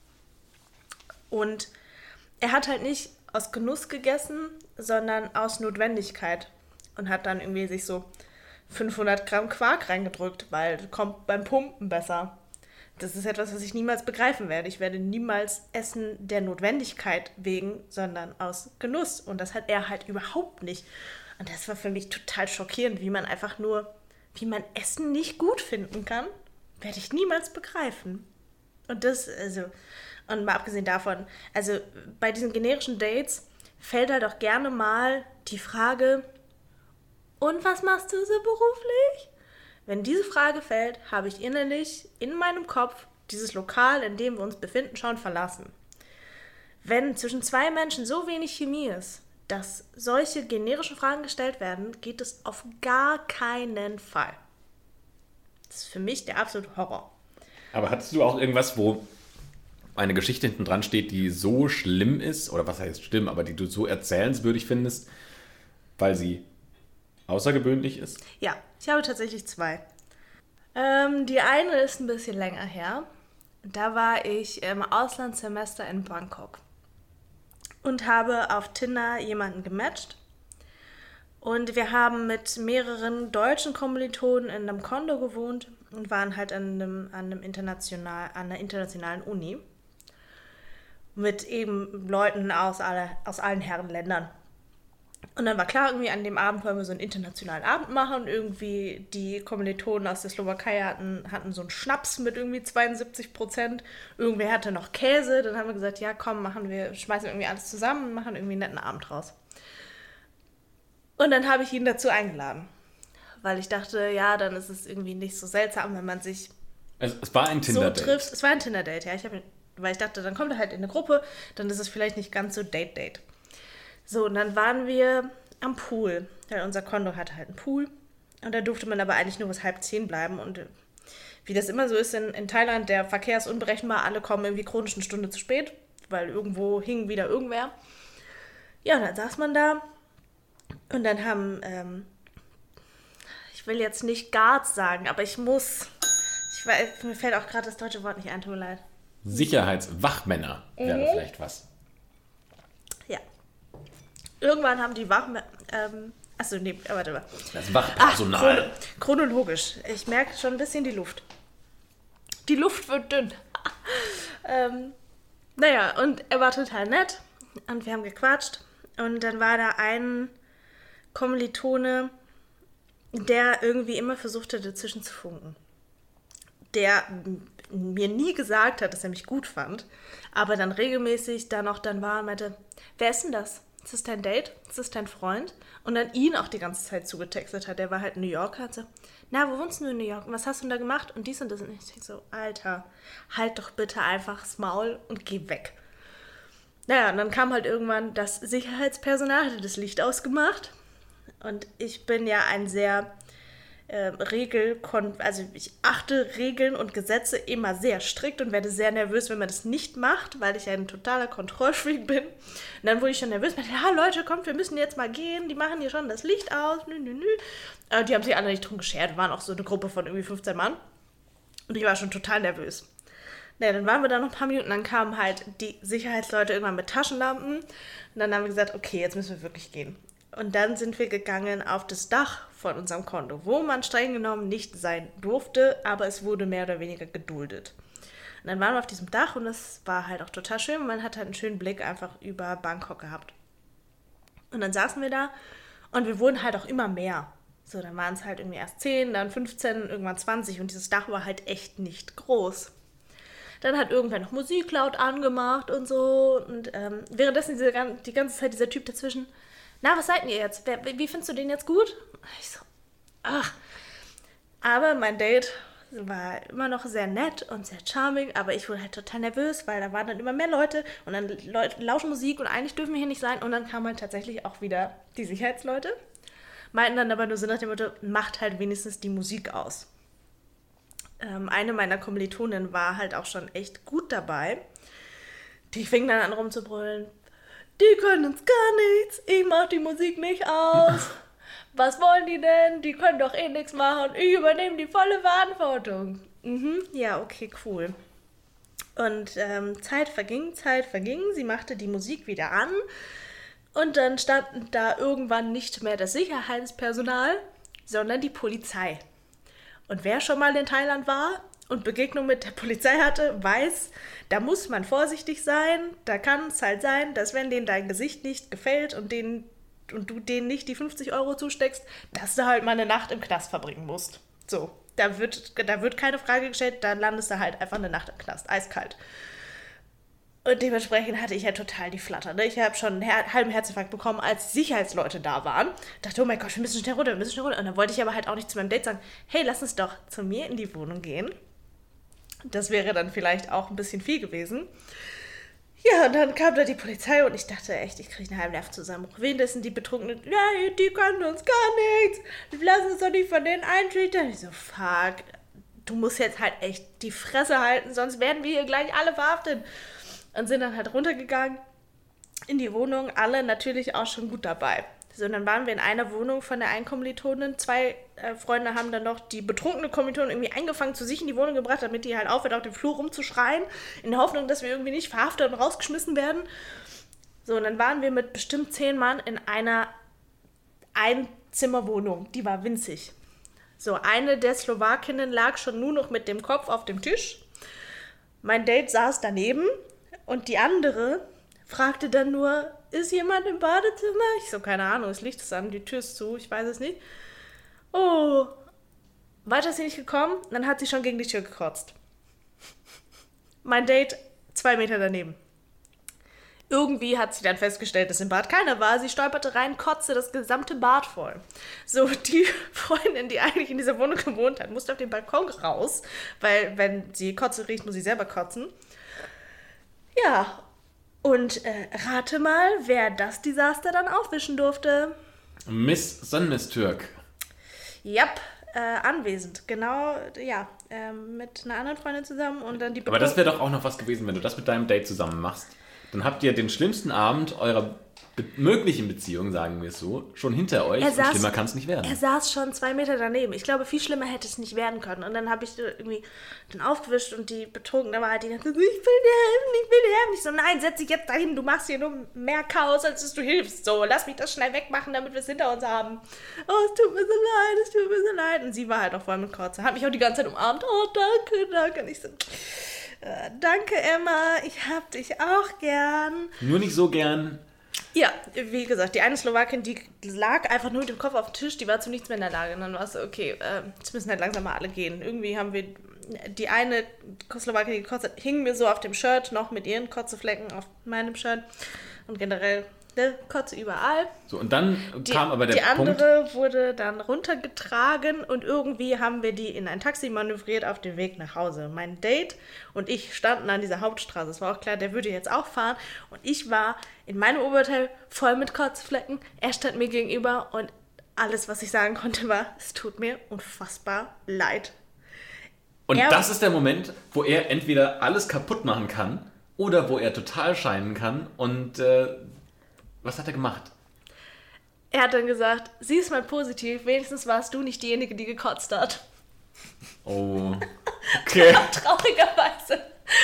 Und er hat halt nicht aus Genuss gegessen, sondern aus Notwendigkeit. Und hat dann irgendwie sich so fünfhundert Gramm Quark reingedrückt, weil kommt beim Pumpen besser. Das ist etwas, was ich niemals begreifen werde. Ich werde niemals essen der Notwendigkeit wegen, sondern aus Genuss. Und das hat er halt überhaupt nicht. Und das war für mich total schockierend, wie man einfach nur, wie man Essen nicht gut finden kann, werde ich niemals begreifen. Und das, also, und mal abgesehen davon, also bei diesen generischen Dates fällt halt auch gerne mal die Frage, und was machst du so beruflich? Wenn diese Frage fällt, habe ich innerlich in meinem Kopf dieses Lokal, in dem wir uns befinden, schon verlassen. Wenn zwischen zwei Menschen so wenig Chemie ist, dass solche generischen Fragen gestellt werden, geht es auf gar keinen Fall. Das ist für mich der absolute Horror. Aber hattest du auch irgendwas, wo eine Geschichte hinten dran steht, die so schlimm ist, oder was heißt schlimm, aber die du so erzählenswürdig findest, weil sie außergewöhnlich ist? Ja, ich habe tatsächlich zwei. Ähm, die eine ist ein bisschen länger her. Da war ich im Auslandssemester in Bangkok und habe auf Tinder jemanden gematcht. Und wir haben mit mehreren deutschen Kommilitonen in einem Kondo gewohnt und waren halt an, einem, an, einem international, an einer internationalen Uni mit eben Leuten aus, alle, aus allen Herrenländern. Und dann war klar, irgendwie an dem Abend wollen wir so einen internationalen Abend machen. Irgendwie die Kommilitonen aus der Slowakei hatten, hatten so einen Schnaps mit irgendwie zweiundsiebzig Prozent. Irgendwer hatte noch Käse. Dann haben wir gesagt, ja komm, machen wir, schmeißen wir irgendwie alles zusammen und machen irgendwie einen netten Abend raus. Und dann habe ich ihn dazu eingeladen. Weil ich dachte, ja, dann ist es irgendwie nicht so seltsam, wenn man sich Es, es war ein Tinder-Date. so trifft. Es war ein Tinder-Date, ja. Ich hab, weil ich dachte, dann kommt er halt in eine Gruppe, dann ist es vielleicht nicht ganz so Date-Date. So, und dann waren wir am Pool. Weil unser Kondo hatte halt einen Pool. Und da durfte man aber eigentlich nur bis halb zehn bleiben. Und wie das immer so ist in, in Thailand, der Verkehr ist unberechenbar. Alle kommen irgendwie chronisch eine Stunde zu spät, weil irgendwo hing wieder irgendwer. Ja, und dann saß man da. Und dann haben, ähm, ich will jetzt nicht Guards sagen, aber ich muss, ich weiß, mir fällt auch gerade das deutsche Wort nicht ein, tut mir leid. Sicherheitswachmänner wäre mhm. vielleicht was. Ja. Irgendwann haben die Wachmänner, ähm, achso, nee, warte mal. Das Wachpersonal. Ach, chron- chronologisch. Ich merke schon ein bisschen die Luft. Die Luft wird dünn. ähm, naja, und er war total nett und wir haben gequatscht und dann war da ein Kommilitone, der irgendwie immer versuchte, dazwischen zu funken. Der mir nie gesagt hat, dass er mich gut fand, aber dann regelmäßig da noch dann war und meinte, wer ist denn das? Ist das dein Date? Ist das dein Freund? Und dann ihn auch die ganze Zeit zugetextet hat. Der war halt in New York, hat so, na, wo wohnst du in New York? Und was hast du denn da gemacht? Und dies und das. Und ich denke so, Alter, halt doch bitte einfach das Maul und geh weg. Naja, und dann kam halt irgendwann das Sicherheitspersonal, hatte das Licht ausgemacht. Und ich bin ja ein sehr äh, Regel, also ich achte Regeln und Gesetze immer sehr strikt und werde sehr nervös, wenn man das nicht macht, weil ich ein totaler Kontrollfreak bin. Und dann wurde ich schon nervös, meinte, ja Leute, kommt, wir müssen jetzt mal gehen, die machen hier schon das Licht aus, nü, nü, nü. Äh, die haben sich alle nicht drum geschert, waren auch so eine Gruppe von irgendwie fünfzehn Mann. Und ich war schon total nervös. Naja, dann waren wir da noch ein paar Minuten, dann kamen halt die Sicherheitsleute irgendwann mit Taschenlampen. Und dann haben wir gesagt, okay, jetzt müssen wir wirklich gehen. Und dann sind wir gegangen auf das Dach von unserem Kondo, wo man streng genommen nicht sein durfte, aber es wurde mehr oder weniger geduldet. Und dann waren wir auf diesem Dach und es war halt auch total schön. Und man hat halt einen schönen Blick einfach über Bangkok gehabt. Und dann saßen wir da und wir wurden halt auch immer mehr. So, dann waren es halt irgendwie erst zehn, dann fünfzehn, irgendwann zwanzig und dieses Dach war halt echt nicht groß. Dann hat irgendwer noch Musik laut angemacht und so. Und ähm, währenddessen diese, die ganze Zeit dieser Typ dazwischen, na, was seid ihr jetzt? Wer, wie findest du den jetzt gut? Ich so, ach. Aber mein Date war immer noch sehr nett und sehr charming, aber ich wurde halt total nervös, weil da waren dann immer mehr Leute und dann Leute lauschen Musik und eigentlich dürfen wir hier nicht sein. Und dann kamen halt tatsächlich auch wieder die Sicherheitsleute, meinten dann aber nur so nach dem Motto, macht halt wenigstens die Musik aus. Ähm, eine meiner Kommilitonen war halt auch schon echt gut dabei. Die fing dann an rumzubrüllen, die können uns gar nichts, ich mach die Musik nicht aus. Was wollen die denn? Die können doch eh nichts machen. Ich übernehme die volle Verantwortung. Mhm, ja, okay, cool. Und ähm, Zeit verging, Zeit verging. Sie machte die Musik wieder an. Und dann stand da irgendwann nicht mehr das Sicherheitspersonal, sondern die Polizei. Und wer schon mal in Thailand war und Begegnung mit der Polizei hatte, weiß, da muss man vorsichtig sein. Da kann es halt sein, dass wenn denen dein Gesicht nicht gefällt und, denen, und du denen nicht die fünfzig Euro zusteckst, dass du halt mal eine Nacht im Knast verbringen musst. So, da wird, da wird keine Frage gestellt, da landest du halt einfach eine Nacht im Knast, eiskalt. Und dementsprechend hatte ich ja total die Flatter. Ne? Ich habe schon einen Her- halben Herzinfarkt bekommen, als die Sicherheitsleute da waren. Ich dachte, oh mein Gott, wir müssen schnell runter, wir müssen schnell runter. Und dann wollte ich aber halt auch nicht zu meinem Date sagen, hey, lass uns doch zu mir in die Wohnung gehen. Das wäre dann vielleicht auch ein bisschen viel gewesen. Ja, und dann kam da die Polizei und ich dachte echt, ich kriege einen halben Nerv zusammen. Wen das sind die Betrunkenen? Ja, die können uns gar nichts. Lass uns doch nicht von denen einschüchtern. Ich so, fuck, du musst jetzt halt echt die Fresse halten, sonst werden wir hier gleich alle verhaftet. Und sind dann halt runtergegangen in die Wohnung, alle natürlich auch schon gut dabei. So, und dann waren wir in einer Wohnung von der einen Kommilitonin. Zwei äh, Freunde haben dann noch die betrunkene Kommilitonin irgendwie eingefangen, zu sich in die Wohnung gebracht, damit die halt aufhört, auf dem Flur rumzuschreien, in der Hoffnung, dass wir irgendwie nicht verhaftet und rausgeschmissen werden. So, und dann waren wir mit bestimmt zehn Mann in einer Einzimmerwohnung. Die war winzig. So, eine der Slowakinnen lag schon nur noch mit dem Kopf auf dem Tisch. Mein Date saß daneben. Und die andere fragte dann nur, ist jemand im Badezimmer? Ich so, keine Ahnung, das Licht ist an, die Tür ist zu, ich weiß es nicht. Oh, weiter ist sie nicht gekommen, dann hat sie schon gegen die Tür gekotzt. Mein Date zwei Meter daneben. Irgendwie hat sie dann festgestellt, dass im Bad keiner war. Sie stolperte rein, kotzte das gesamte Bad voll. So, die Freundin, die eigentlich in dieser Wohnung gewohnt hat, musste auf den Balkon raus, weil wenn sie Kotze riecht, muss sie selber kotzen. Ja, und äh, rate mal, wer das Desaster dann aufwischen durfte. Miss Sonnenmiss Türk. Jap, äh, anwesend. Genau, ja, äh, mit einer anderen Freundin zusammen und dann die... Aber das wäre doch auch noch was gewesen, wenn du das mit deinem Date zusammen machst. Dann habt ihr den schlimmsten Abend eurer be- möglichen Beziehung, sagen wir es so, schon hinter euch. Er Und saß- schlimmer kann es nicht werden. Er saß schon zwei Meter daneben. Ich glaube, viel schlimmer hätte es nicht werden können. Und dann habe ich irgendwie dann aufgewischt und die Betrunkene war halt die ganze Zeit so, ich will dir helfen, ich will dir helfen. Ich so, nein, setz dich jetzt dahin, du machst hier nur mehr Chaos, als dass du hilfst. So, lass mich das schnell wegmachen, damit wir es hinter uns haben. Oh, es tut mir so leid, es tut mir so leid. Und sie war halt auch voll mit Kotze. Hat mich auch die ganze Zeit umarmt. Oh, danke, danke. Und ich so, äh, danke, Emma, ich hab dich auch gern. Nur nicht so gern. Ja, wie gesagt, die eine Slowakin, die lag einfach nur mit dem Kopf auf dem Tisch, die war zu nichts mehr in der Lage. Und dann war es so, okay, äh, jetzt müssen halt langsam mal alle gehen. Irgendwie haben wir, die eine Slowakin, die gekotzt hat, hing mir so auf dem Shirt, noch mit ihren Kotzeflecken auf meinem Shirt. Und generell, ne, Kotze überall. So, und dann Die, kam aber der die Punkt... andere wurde dann runtergetragen und irgendwie haben wir die in ein Taxi manövriert auf dem Weg nach Hause. Mein Date und ich standen an dieser Hauptstraße. Es war auch klar, der würde jetzt auch fahren. Und ich war in meinem Oberteil voll mit Kotzflecken. Er stand mir gegenüber und alles, was ich sagen konnte, war, es tut mir unfassbar leid. Und Er- das ist der Moment, wo er entweder alles kaputt machen kann oder wo er total scheinen kann. Und äh, was hat er gemacht? Er hat dann gesagt, sieh es mal positiv, wenigstens warst du nicht diejenige, die gekotzt hat. Oh, okay. Traurigerweise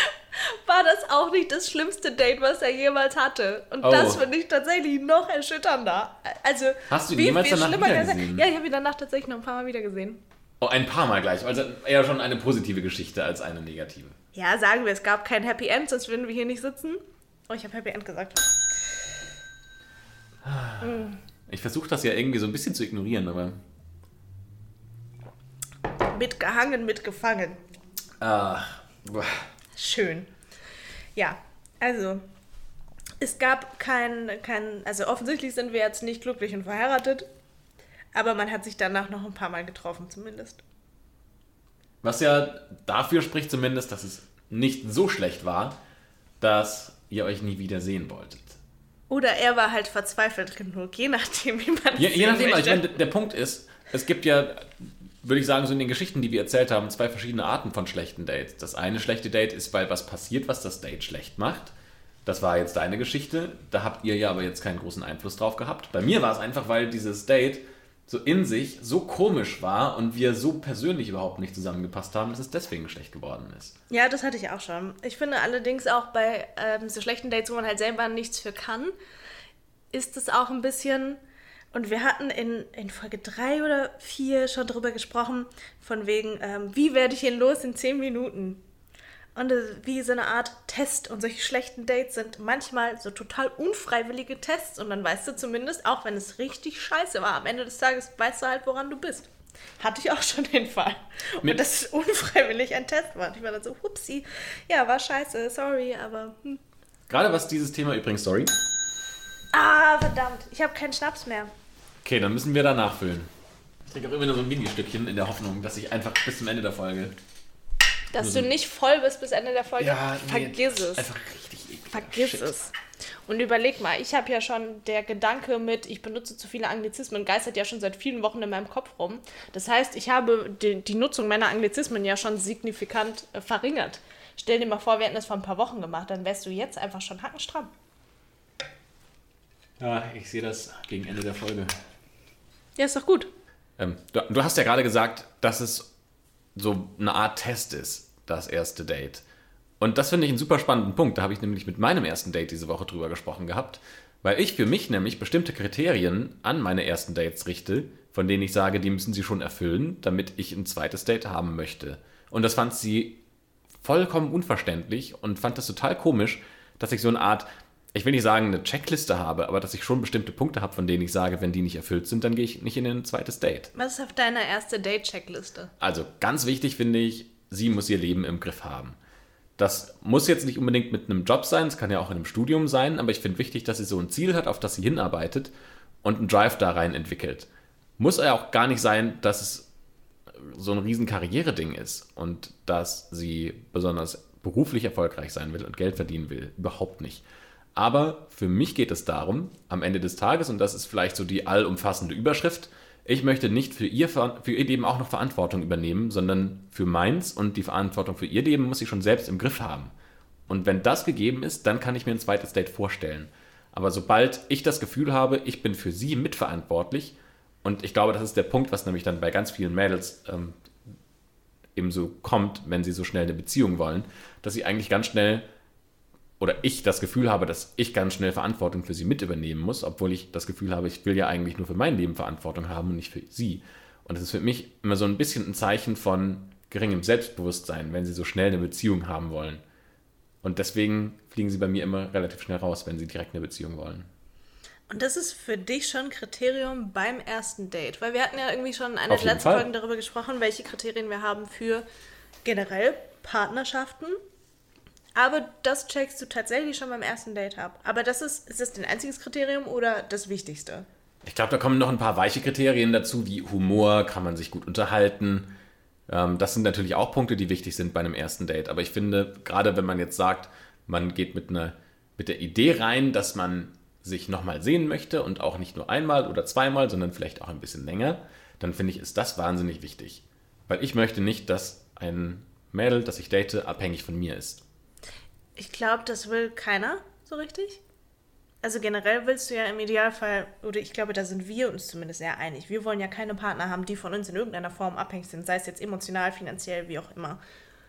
war das auch nicht das schlimmste Date, was er jemals hatte. Und Oh. das finde ich tatsächlich noch erschütternder. Also, Hast du ihn wie jemals viel danach schlimmer kann es sein? wiedergesehen? Ja, ich habe ihn danach tatsächlich noch ein paar Mal wieder gesehen. Oh, ein paar Mal gleich. Also eher schon eine positive Geschichte als eine negative. Ja, sagen wir, es gab kein Happy End, sonst würden wir hier nicht sitzen. Oh, ich habe Happy End gesagt. Ich versuche das ja irgendwie so ein bisschen zu ignorieren, aber... Mitgehangen, mitgefangen. Ah, boah. Schön. Ja, also, es gab kein, kein, also offensichtlich sind wir jetzt nicht glücklich und verheiratet, aber man hat sich danach noch ein paar Mal getroffen zumindest. Was ja dafür spricht zumindest, dass es nicht so schlecht war, dass ihr euch nie wieder sehen wolltet. Oder er war halt verzweifelt genug, je nachdem, wie man es Je, je sehen nachdem, also ich möchte. meine, der Punkt ist, es gibt ja, würde ich sagen, so in den Geschichten, die wir erzählt haben, zwei verschiedene Arten von schlechten Dates. Das eine schlechte Date ist, weil was passiert, was das Date schlecht macht. Das war jetzt deine Geschichte, da habt ihr ja aber jetzt keinen großen Einfluss drauf gehabt. Bei mir war es einfach, weil dieses Date so in sich so komisch war und wir so persönlich überhaupt nicht zusammengepasst haben, dass es deswegen schlecht geworden ist. Ja, das hatte ich auch schon. Ich finde allerdings auch bei ähm, so schlechten Dates, wo man halt selber nichts für kann, ist es auch ein bisschen, Und wir hatten in, in Folge drei oder vier schon drüber gesprochen, von wegen, ähm, wie werde ich ihn los in zehn Minuten? Und äh, wie so eine Art Test. Und solche schlechten Dates sind manchmal so total unfreiwillige Tests. Und dann weißt du zumindest, auch wenn es richtig scheiße war, am Ende des Tages weißt du halt, woran du bist. Hatte ich auch schon den Fall. Und Mit dass es unfreiwillig ein Test war. Und ich war dann so, hupsi, ja, war scheiße, sorry, aber... Hm. Gerade was dieses Thema übrigens, sorry. Ah, verdammt, ich habe keinen Schnaps mehr. Okay, dann müssen wir da nachfüllen. Ich trinke auch immer nur so ein Mini-Stückchen in der Hoffnung, dass ich einfach bis zum Ende der Folge... Dass du nicht voll bist bis Ende der Folge? Ja, nee, vergiss es. Einfach richtig eklig. Vergiss Shit. es. Und überleg mal, ich habe ja schon der Gedanke mit, ich benutze zu viele Anglizismen, geistert ja schon seit vielen Wochen in meinem Kopf rum. Das heißt, ich habe die, die Nutzung meiner Anglizismen ja schon signifikant äh, verringert. Stell dir mal vor, wir hätten das vor ein paar Wochen gemacht, dann wärst du jetzt einfach schon hackenstramm. Ja, ich sehe das gegen Ende der Folge. Ja, ist doch gut. Ähm, du, du hast ja gerade gesagt, dass es so eine Art Test ist, das erste Date. Und das finde ich einen super spannenden Punkt. Da habe ich nämlich mit meinem ersten Date diese Woche drüber gesprochen gehabt, weil ich für mich nämlich bestimmte Kriterien an meine ersten Dates richte, von denen ich sage, die müssen sie schon erfüllen, damit ich ein zweites Date haben möchte. Und das fand sie vollkommen unverständlich und fand das total komisch, dass ich so eine Art, ich will nicht sagen eine Checkliste habe, aber dass ich schon bestimmte Punkte habe, von denen ich sage, wenn die nicht erfüllt sind, dann gehe ich nicht in ein zweites Date. Was ist auf deiner erste Date-Checkliste? Also ganz wichtig finde ich, sie muss ihr Leben im Griff haben. Das muss jetzt nicht unbedingt mit einem Job sein, es kann ja auch in einem Studium sein, aber ich finde wichtig, dass sie so ein Ziel hat, auf das sie hinarbeitet und einen Drive da rein entwickelt. Muss ja auch gar nicht sein, dass es so ein riesen Karriere-Ding ist und dass sie besonders beruflich erfolgreich sein will und Geld verdienen will. Überhaupt nicht. Aber für mich geht es darum, am Ende des Tages, und das ist vielleicht so die allumfassende Überschrift, ich möchte nicht für ihr, für ihr Leben auch noch Verantwortung übernehmen, sondern für meins, und die Verantwortung für ihr Leben muss ich schon selbst im Griff haben. Und wenn das gegeben ist, dann kann ich mir ein zweites Date vorstellen. Aber sobald ich das Gefühl habe, ich bin für sie mitverantwortlich, und ich glaube, das ist der Punkt, was nämlich dann bei ganz vielen Mädels ähm, eben so kommt, wenn sie so schnell eine Beziehung wollen, dass sie eigentlich ganz schnell, oder ich das Gefühl habe, dass ich ganz schnell Verantwortung für sie mit übernehmen muss, obwohl ich das Gefühl habe, ich will ja eigentlich nur für mein Leben Verantwortung haben und nicht für sie. Und das ist für mich immer so ein bisschen ein Zeichen von geringem Selbstbewusstsein, wenn sie so schnell eine Beziehung haben wollen. Und deswegen fliegen sie bei mir immer relativ schnell raus, wenn sie direkt eine Beziehung wollen. Und das ist für dich schon ein Kriterium beim ersten Date? Weil wir hatten ja irgendwie schon in einer Auf der jeden letzten Fall. Folgen darüber gesprochen, welche Kriterien wir haben für generell Partnerschaften. Aber das checkst du tatsächlich schon beim ersten Date ab. Aber das ist, ist das dein einziges Kriterium oder das Wichtigste? Ich glaube, da kommen noch ein paar weiche Kriterien dazu, wie Humor, kann man sich gut unterhalten. Ähm, das sind natürlich auch Punkte, die wichtig sind bei einem ersten Date. Aber ich finde, gerade wenn man jetzt sagt, man geht mit, einer, mit der Idee rein, dass man sich nochmal sehen möchte und auch nicht nur einmal oder zweimal, sondern vielleicht auch ein bisschen länger, dann finde ich, ist das wahnsinnig wichtig. Weil ich möchte nicht, dass ein Mädel, das ich date, abhängig von mir ist. Ich glaube, das will keiner so richtig. Also generell willst du ja im Idealfall, oder ich glaube, da sind wir uns zumindest sehr einig. Wir wollen ja keine Partner haben, die von uns in irgendeiner Form abhängig sind, sei es jetzt emotional, finanziell, wie auch immer.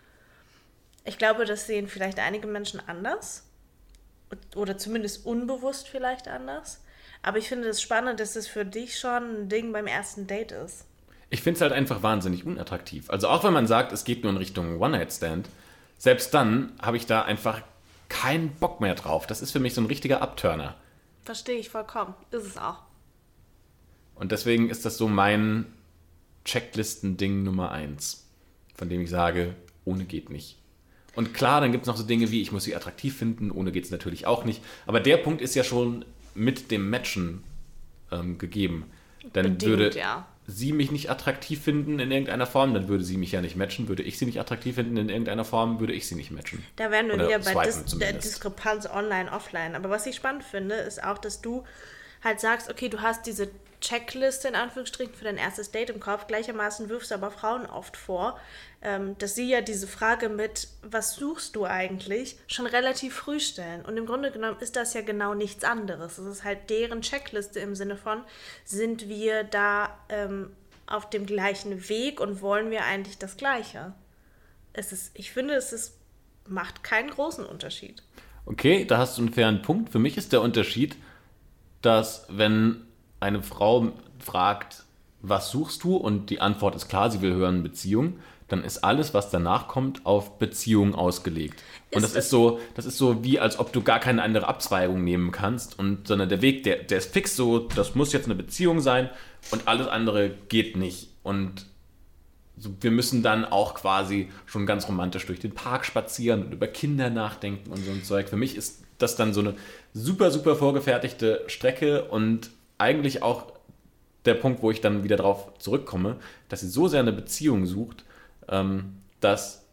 Ich glaube, das sehen vielleicht einige Menschen anders. Oder zumindest unbewusst vielleicht anders. Aber ich finde es spannend, dass es für dich schon ein Ding beim ersten Date ist. Ich finde es halt einfach wahnsinnig unattraktiv. Also auch wenn man sagt, es geht nur in Richtung One-Night-Stand, selbst dann habe ich da einfach keinen Bock mehr drauf. Das ist für mich so ein richtiger Abturner. Verstehe ich vollkommen. Ist es auch. Und deswegen ist das so mein Checklisten-Ding Nummer eins, von dem ich sage, ohne geht nicht. Und klar, dann gibt es noch so Dinge wie, ich muss sie attraktiv finden, ohne geht es natürlich auch nicht. Aber der Punkt ist ja schon mit dem Matchen ähm, gegeben. Dann Bedingt, würde ja. sie mich nicht attraktiv finden in irgendeiner Form, dann würde sie mich ja nicht matchen. Würde ich sie nicht attraktiv finden in irgendeiner Form, würde ich sie nicht matchen. Da wären wir Oder wieder bei swipen Dis- zumindest. der Diskrepanz online, offline. Aber was ich spannend finde, ist auch, dass du halt sagst, okay, du hast diese Checkliste in Anführungsstrichen für dein erstes Date im Kopf. Gleichermaßen wirfst du aber Frauen oft vor, ähm, dass sie ja diese Frage mit, was suchst du eigentlich, schon relativ früh stellen. Und im Grunde genommen ist das ja genau nichts anderes. Es ist halt deren Checkliste im Sinne von, sind wir da ähm, auf dem gleichen Weg und wollen wir eigentlich das Gleiche? Es ist, ich finde, es ist, macht keinen großen Unterschied. Okay, da hast du einen fairen Punkt. Für mich ist der Unterschied, dass wenn eine Frau fragt, was suchst du? Und die Antwort ist klar, sie will hören Beziehung. Dann ist alles, was danach kommt, auf Beziehung ausgelegt. Und das ist so, das ist so wie, als ob du gar keine andere Abzweigung nehmen kannst. Und, sondern der Weg, der, der ist fix so, das muss jetzt eine Beziehung sein und alles andere geht nicht. Und so, wir müssen dann auch quasi schon ganz romantisch durch den Park spazieren und über Kinder nachdenken und so ein Zeug. Für mich ist das dann so eine super, super vorgefertigte Strecke und eigentlich auch der Punkt, wo ich dann wieder drauf zurückkomme, dass sie so sehr eine Beziehung sucht, ähm, dass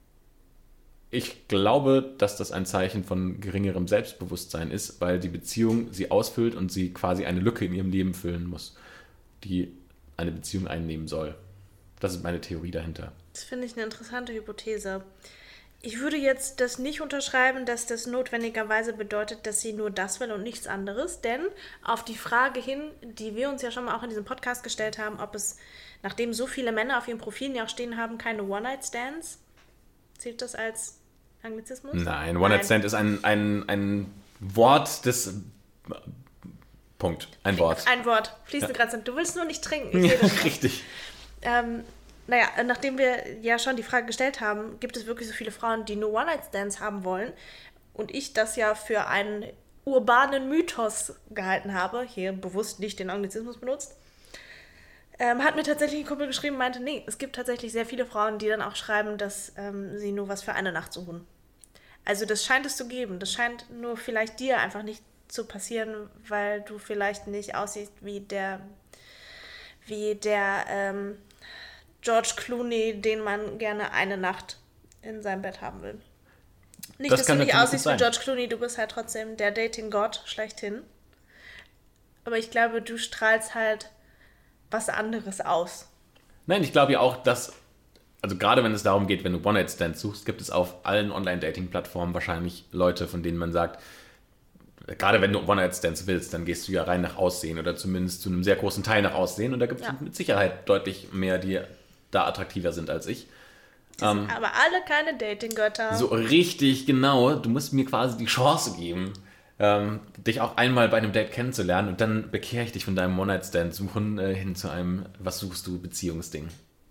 ich glaube, dass das ein Zeichen von geringerem Selbstbewusstsein ist, weil die Beziehung sie ausfüllt und sie quasi eine Lücke in ihrem Leben füllen muss, die eine Beziehung einnehmen soll. Das ist meine Theorie dahinter. Das finde ich eine interessante Hypothese. Ich würde jetzt das nicht unterschreiben, dass das notwendigerweise bedeutet, dass sie nur das will und nichts anderes. Denn auf die Frage hin, die wir uns ja schon mal auch in diesem Podcast gestellt haben, ob es, nachdem so viele Männer auf ihren Profilen ja auch stehen haben, keine One-Night-Stands, zählt das als Anglizismus? Nein, One-Night-Stand ist ein, ein, ein Wort des... Punkt. Ein Wort. Ein Wort. Fließende ja. Grenzen. Du willst nur nicht trinken. Ich ja, richtig. Ähm, naja, nachdem wir ja schon die Frage gestellt haben, gibt es wirklich so viele Frauen, die nur One-Night-Stands haben wollen und ich das ja für einen urbanen Mythos gehalten habe, hier bewusst nicht den Anglizismus benutzt, ähm, hat mir tatsächlich ein Kumpel geschrieben und meinte, nee, es gibt tatsächlich sehr viele Frauen, die dann auch schreiben, dass ähm, sie nur was für eine Nacht suchen. Also das scheint es zu geben. Das scheint nur vielleicht dir einfach nicht zu passieren, weil du vielleicht nicht aussiehst wie der wie der ähm, George Clooney, den man gerne eine Nacht in seinem Bett haben will. Nicht, das dass du nicht aussiehst sein. wie George Clooney, du bist halt trotzdem der Dating-Gott schlechthin. Aber ich glaube, du strahlst halt was anderes aus. Nein, ich glaube ja auch, dass, also gerade wenn es darum geht, wenn du One-Night-Stands suchst, gibt es auf allen Online-Dating-Plattformen wahrscheinlich Leute, von denen man sagt, gerade wenn du One-Night-Stands willst, dann gehst du ja rein nach Aussehen oder zumindest zu einem sehr großen Teil nach Aussehen und da gibt es ja. mit Sicherheit deutlich mehr, die da attraktiver sind als ich. Das ähm, sind aber alle keine Dating-Götter. So richtig, genau. Du musst mir quasi die Chance geben, ähm, dich auch einmal bei einem Date kennenzulernen und dann bekehre ich dich von deinem One-Night-Stand-Suchen äh, hin zu einem, was suchst du, Beziehungsding.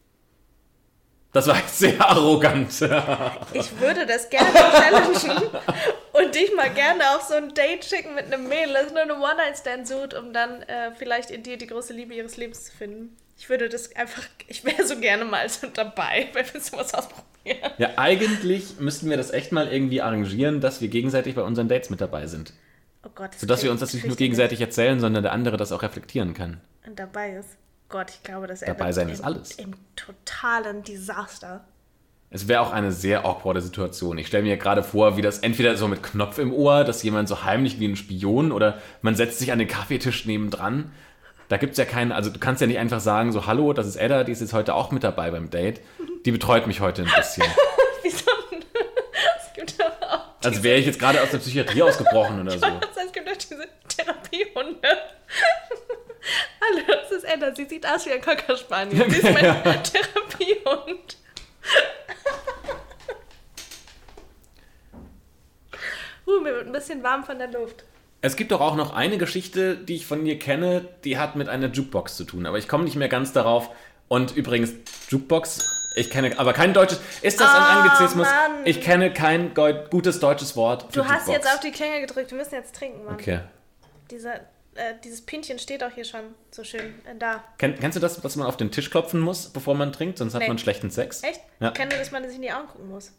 Das war jetzt sehr arrogant. Ich würde das gerne challengen und dich mal gerne auf so ein Date schicken mit einem Mädel, das nur eine One-Night-Stand sucht, um dann äh, vielleicht in dir die große Liebe ihres Lebens zu finden. Ich würde das einfach, ich wäre so gerne mal so dabei, wenn wir sowas ausprobieren. Ja, eigentlich müssten wir das echt mal irgendwie arrangieren, dass wir gegenseitig bei unseren Dates mit dabei sind. Oh Gott. Das Sodass wir uns das nicht nur gegenseitig erzählen, sondern der andere das auch reflektieren kann. Und dabei ist. Gott, ich glaube, das dabei sein ist im, alles. Im totalen Desaster. Es wäre auch eine sehr awkwarde Situation. Ich stelle mir gerade vor, wie das entweder so mit Knopf im Ohr, dass jemand so heimlich wie ein Spion oder man setzt sich an den Kaffeetisch nebendran. Da gibt es ja keinen, also du kannst ja nicht einfach sagen, so hallo, das ist Edda, die ist jetzt heute auch mit dabei beim Date. Die betreut mich heute ein bisschen. Wieso? Es gibt aber auch diese... Also wäre ich jetzt gerade aus der Psychiatrie ausgebrochen oder so. Das heißt, es gibt auch diese Therapiehunde. Hallo, das ist Edda, sie sieht aus wie ein Cocker Spaniel. Sie ist mein ja. Therapiehund. uh, mir wird ein bisschen warm von der Luft. Es gibt doch auch noch eine Geschichte, die ich von dir kenne, die hat mit einer Jukebox zu tun, aber ich komme nicht mehr ganz darauf. Und übrigens, Jukebox, ich kenne aber kein deutsches... Ist das ein oh, Anglizismus? Mann. Ich kenne kein gutes deutsches Wort für Du hast Jukebox. jetzt auf die Klänge gedrückt, wir müssen jetzt trinken, Mann. Okay. Dieser, äh, dieses Pinchen steht auch hier schon so schön äh, da. Ken, kennst du das, dass man auf den Tisch klopfen muss, bevor man trinkt? Sonst hat nee. man schlechten Sex. Echt? Ja. Ich kenne nur, dass man sich in die Augen gucken muss.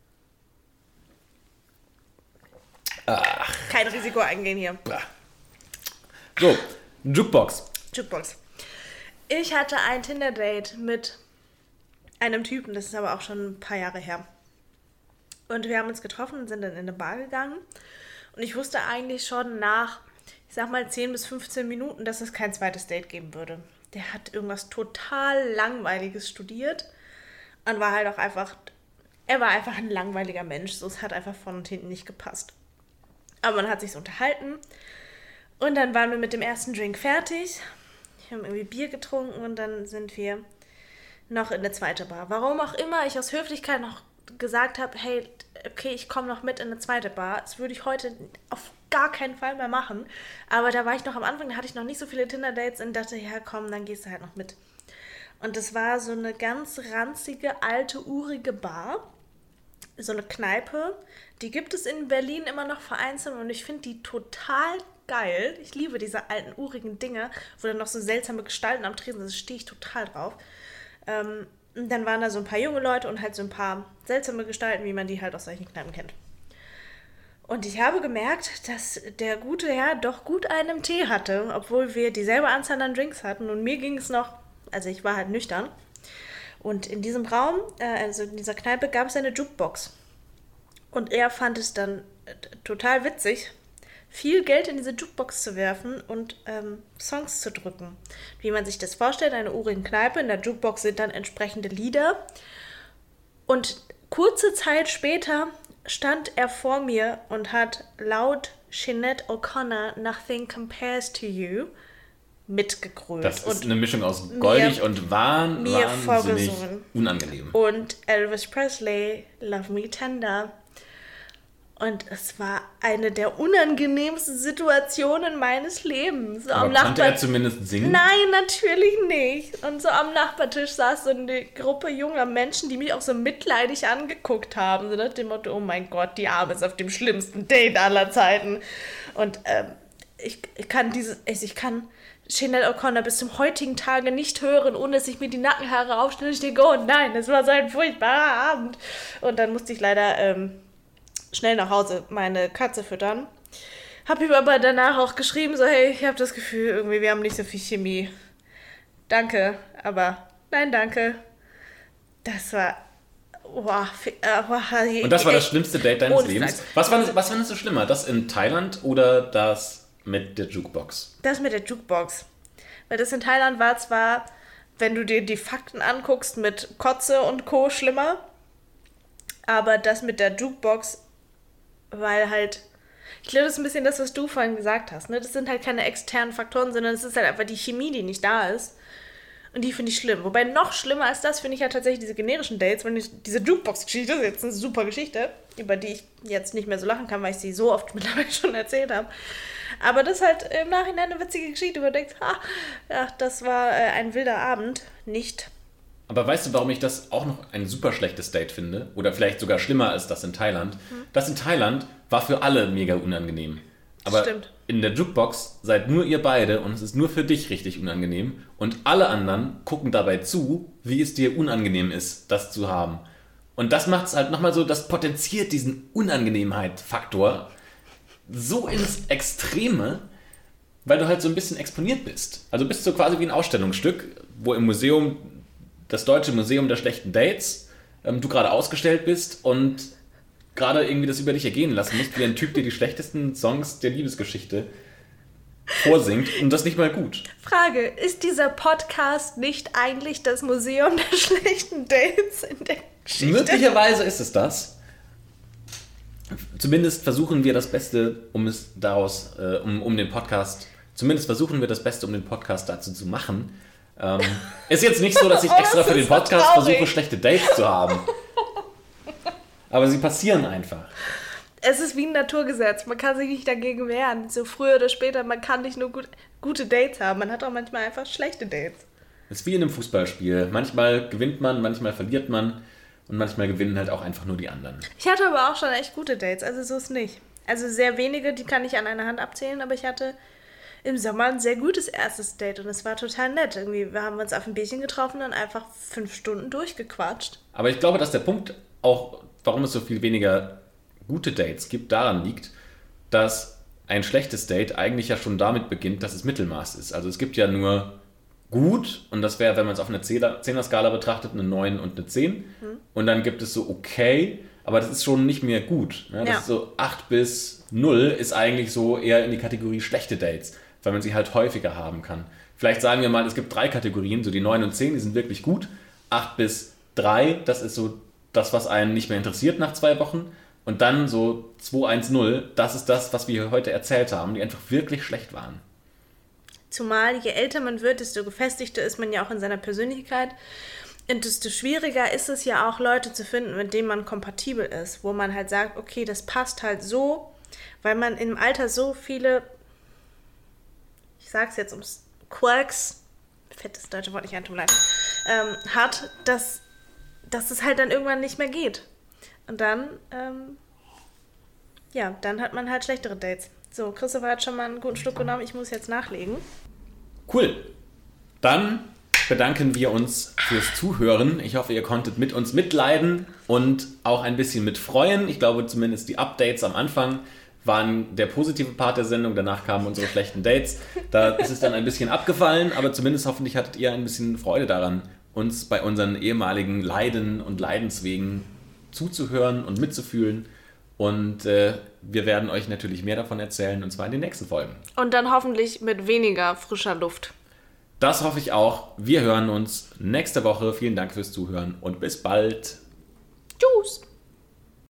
Ach. Kein Risiko eingehen hier. So, Jukebox. Jukebox. Ich hatte ein Tinder-Date mit einem Typen, das ist aber auch schon ein paar Jahre her. Und wir haben uns getroffen und sind dann in eine Bar gegangen. Und ich wusste eigentlich schon nach, ich sag mal, zehn bis fünfzehn Minuten, dass es kein zweites Date geben würde. Der hat irgendwas total Langweiliges studiert und war halt auch einfach, er war einfach ein langweiliger Mensch. So, es hat einfach von und hinten nicht gepasst. Aber man hat sich so unterhalten und dann waren wir mit dem ersten Drink fertig. Wir haben irgendwie Bier getrunken und dann sind wir noch in eine zweite Bar. Warum auch immer ich aus Höflichkeit noch gesagt habe, hey, okay, ich komme noch mit in eine zweite Bar. Das würde ich heute auf gar keinen Fall mehr machen. Aber da war ich noch am Anfang, da hatte ich noch nicht so viele Tinder-Dates und dachte, ja komm, dann gehst du halt noch mit. Und das war so eine ganz ranzige, alte, urige Bar. So eine Kneipe. Die gibt es in Berlin immer noch vereinzelt und ich finde die total geil. Ich liebe diese alten, urigen Dinger, wo dann noch so seltsame Gestalten am Tresen sind. Da stehe ich total drauf. Ähm, und dann waren da so ein paar junge Leute und halt so ein paar seltsame Gestalten, wie man die halt aus solchen Kneipen kennt. Und ich habe gemerkt, dass der gute Herr doch gut einen im Tee hatte, obwohl wir dieselbe Anzahl an Drinks hatten. Und mir ging es noch, also ich war halt nüchtern. Und in diesem Raum, äh, also in dieser Kneipe, gab es eine Jukebox. Und er fand es dann äh, total witzig, viel Geld in diese Jukebox zu werfen und ähm, Songs zu drücken. Wie man sich das vorstellt, eine urige Kneipe, in der Jukebox sind dann entsprechende Lieder. Und kurze Zeit später stand er vor mir und hat laut Sinead O'Connor Nothing Compares to You mitgegrölt. Das ist und eine Mischung aus goldig und wahn, mir wahnsinnig vorgesungen. Unangenehm. Und Elvis Presley, Love Me Tender. Und es war eine der unangenehmsten Situationen meines Lebens. So Aber am konnte Nachbar- er zumindest singen? Nein, natürlich nicht. Und so am Nachbartisch saß so eine Gruppe junger Menschen, die mich auch so mitleidig angeguckt haben. So nach dem Motto, oh mein Gott, die Arme ist auf dem schlimmsten Date aller Zeiten. Und ähm, ich, ich kann dieses, ich kann Sinead O'Connor bis zum heutigen Tage nicht hören, ohne dass ich mir die Nackenhaare aufstelle. Ich denke, oh nein, das war so ein furchtbarer Abend. Und dann musste ich leider ähm, schnell nach Hause meine Katze füttern. Hab ihm aber danach auch geschrieben, so, hey, ich habe das Gefühl, irgendwie, wir haben nicht so viel Chemie. Danke, aber nein, danke. Das war... Wow, äh, Und das war das schlimmste Date deines ohne Lebens? Frage. Was fandest, was fandest du schlimmer? Das in Thailand oder das mit der Jukebox? Das mit der Jukebox. Weil das in Thailand war zwar, wenn du dir die Fakten anguckst, mit Kotze und Co. schlimmer, aber das mit der Jukebox, weil halt, ich glaube, das ist ein bisschen das, was du vorhin gesagt hast, ne? Das sind halt keine externen Faktoren, sondern es ist halt einfach die Chemie, die nicht da ist. Und die finde ich schlimm. Wobei noch schlimmer als das finde ich ja tatsächlich diese generischen Dates, wenn ich diese Jukebox-Geschichte, das ist jetzt eine super Geschichte, über die ich jetzt nicht mehr so lachen kann, weil ich sie so oft mittlerweile schon erzählt habe. Aber das ist halt im Nachhinein eine witzige Geschichte, wo du denkst, ha, ja, das war äh, ein wilder Abend, nicht. Aber weißt du, warum ich das auch noch ein super schlechtes Date finde? Oder vielleicht sogar schlimmer als das in Thailand? Hm. Das in Thailand war für alle mega unangenehm. Aber Stimmt. In der Jukebox seid nur ihr beide und es ist nur für dich richtig unangenehm. Und alle anderen gucken dabei zu, wie es dir unangenehm ist, das zu haben. Und das macht es halt nochmal so, das potenziert diesen Unangenehmheit-Faktor so ins Extreme, weil du halt so ein bisschen exponiert bist. Also bist du quasi wie ein Ausstellungsstück, wo im Museum, das Deutsche Museum der schlechten Dates, ähm, du gerade ausgestellt bist und gerade irgendwie das über dich ergehen lassen musst, wie ein Typ, der die schlechtesten Songs der Liebesgeschichte vorsingt und das nicht mal gut. Frage, ist dieser Podcast nicht eigentlich das Museum der schlechten Dates in der Geschichte? Möglicherweise ist es das. Zumindest versuchen wir das Beste, um es daraus, äh, um, um den Podcast, zumindest versuchen wir das Beste, um den Podcast dazu zu machen. Ähm, ist jetzt nicht so, dass ich Oh, extra das für den ist so Podcast traurig. versuche, schlechte Dates zu haben. Aber sie passieren einfach. Es ist wie ein Naturgesetz, man kann sich nicht dagegen wehren. So früher oder später, man kann nicht nur gut, gute Dates haben, man hat auch manchmal einfach schlechte Dates. Es ist wie in einem Fußballspiel. Manchmal gewinnt man, manchmal verliert man und manchmal gewinnen halt auch einfach nur die anderen. Ich hatte aber auch schon echt gute Dates, also so ist nicht. Also sehr wenige, die kann ich an einer Hand abzählen, aber ich hatte im Sommer ein sehr gutes erstes Date und es war total nett. Irgendwie, wir haben uns auf ein Bierchen getroffen und einfach fünf Stunden durchgequatscht. Aber ich glaube, dass der Punkt auch, warum es so viel weniger gute Dates gibt, daran liegt, dass ein schlechtes Date eigentlich ja schon damit beginnt, dass es Mittelmaß ist. Also es gibt ja nur gut und das wäre, wenn man es auf einer Zehner-Skala betrachtet, eine neun und eine zehn. Hm. Und dann gibt es so okay, aber das ist schon nicht mehr gut. Ne? Das Ja. ist so acht bis null ist eigentlich so eher in die Kategorie schlechte Dates, weil man sie halt häufiger haben kann. Vielleicht sagen wir mal, es gibt drei Kategorien, so die neun und zehn, die sind wirklich gut. acht bis drei, das ist so das, was einen nicht mehr interessiert nach zwei Wochen. Und dann so zwei eins null, das ist das, was wir heute erzählt haben, die einfach wirklich schlecht waren. Zumal je älter man wird, desto gefestigter ist man ja auch in seiner Persönlichkeit. Und desto schwieriger ist es ja auch, Leute zu finden, mit denen man kompatibel ist. Wo man halt sagt, okay, das passt halt so weil man im Alter so viele, ich sag's jetzt ums Quirks, fettes deutsche Wort nicht ein, tut mir leid, ähm, hat, dass, dass es halt dann irgendwann nicht mehr geht. Und dann, ähm, ja, dann hat man halt schlechtere Dates. So, Christopher hat schon mal einen guten Schluck genommen, ich muss jetzt nachlegen. Cool. Dann bedanken wir uns fürs Zuhören. Ich hoffe, ihr konntet mit uns mitleiden und auch ein bisschen mitfreuen. Ich glaube, zumindest die Updates am Anfang waren der positive Part der Sendung. Danach kamen unsere schlechten Dates. Da ist es dann ein bisschen abgefallen, aber zumindest hoffentlich hattet ihr ein bisschen Freude daran, uns bei unseren ehemaligen Leiden und Leidenswegen zuzuhören und mitzufühlen. Und äh, wir werden euch natürlich mehr davon erzählen, und zwar in den nächsten Folgen. Und dann hoffentlich mit weniger frischer Luft. Das hoffe ich auch. Wir hören uns nächste Woche. Vielen Dank fürs Zuhören und bis bald. Tschüss.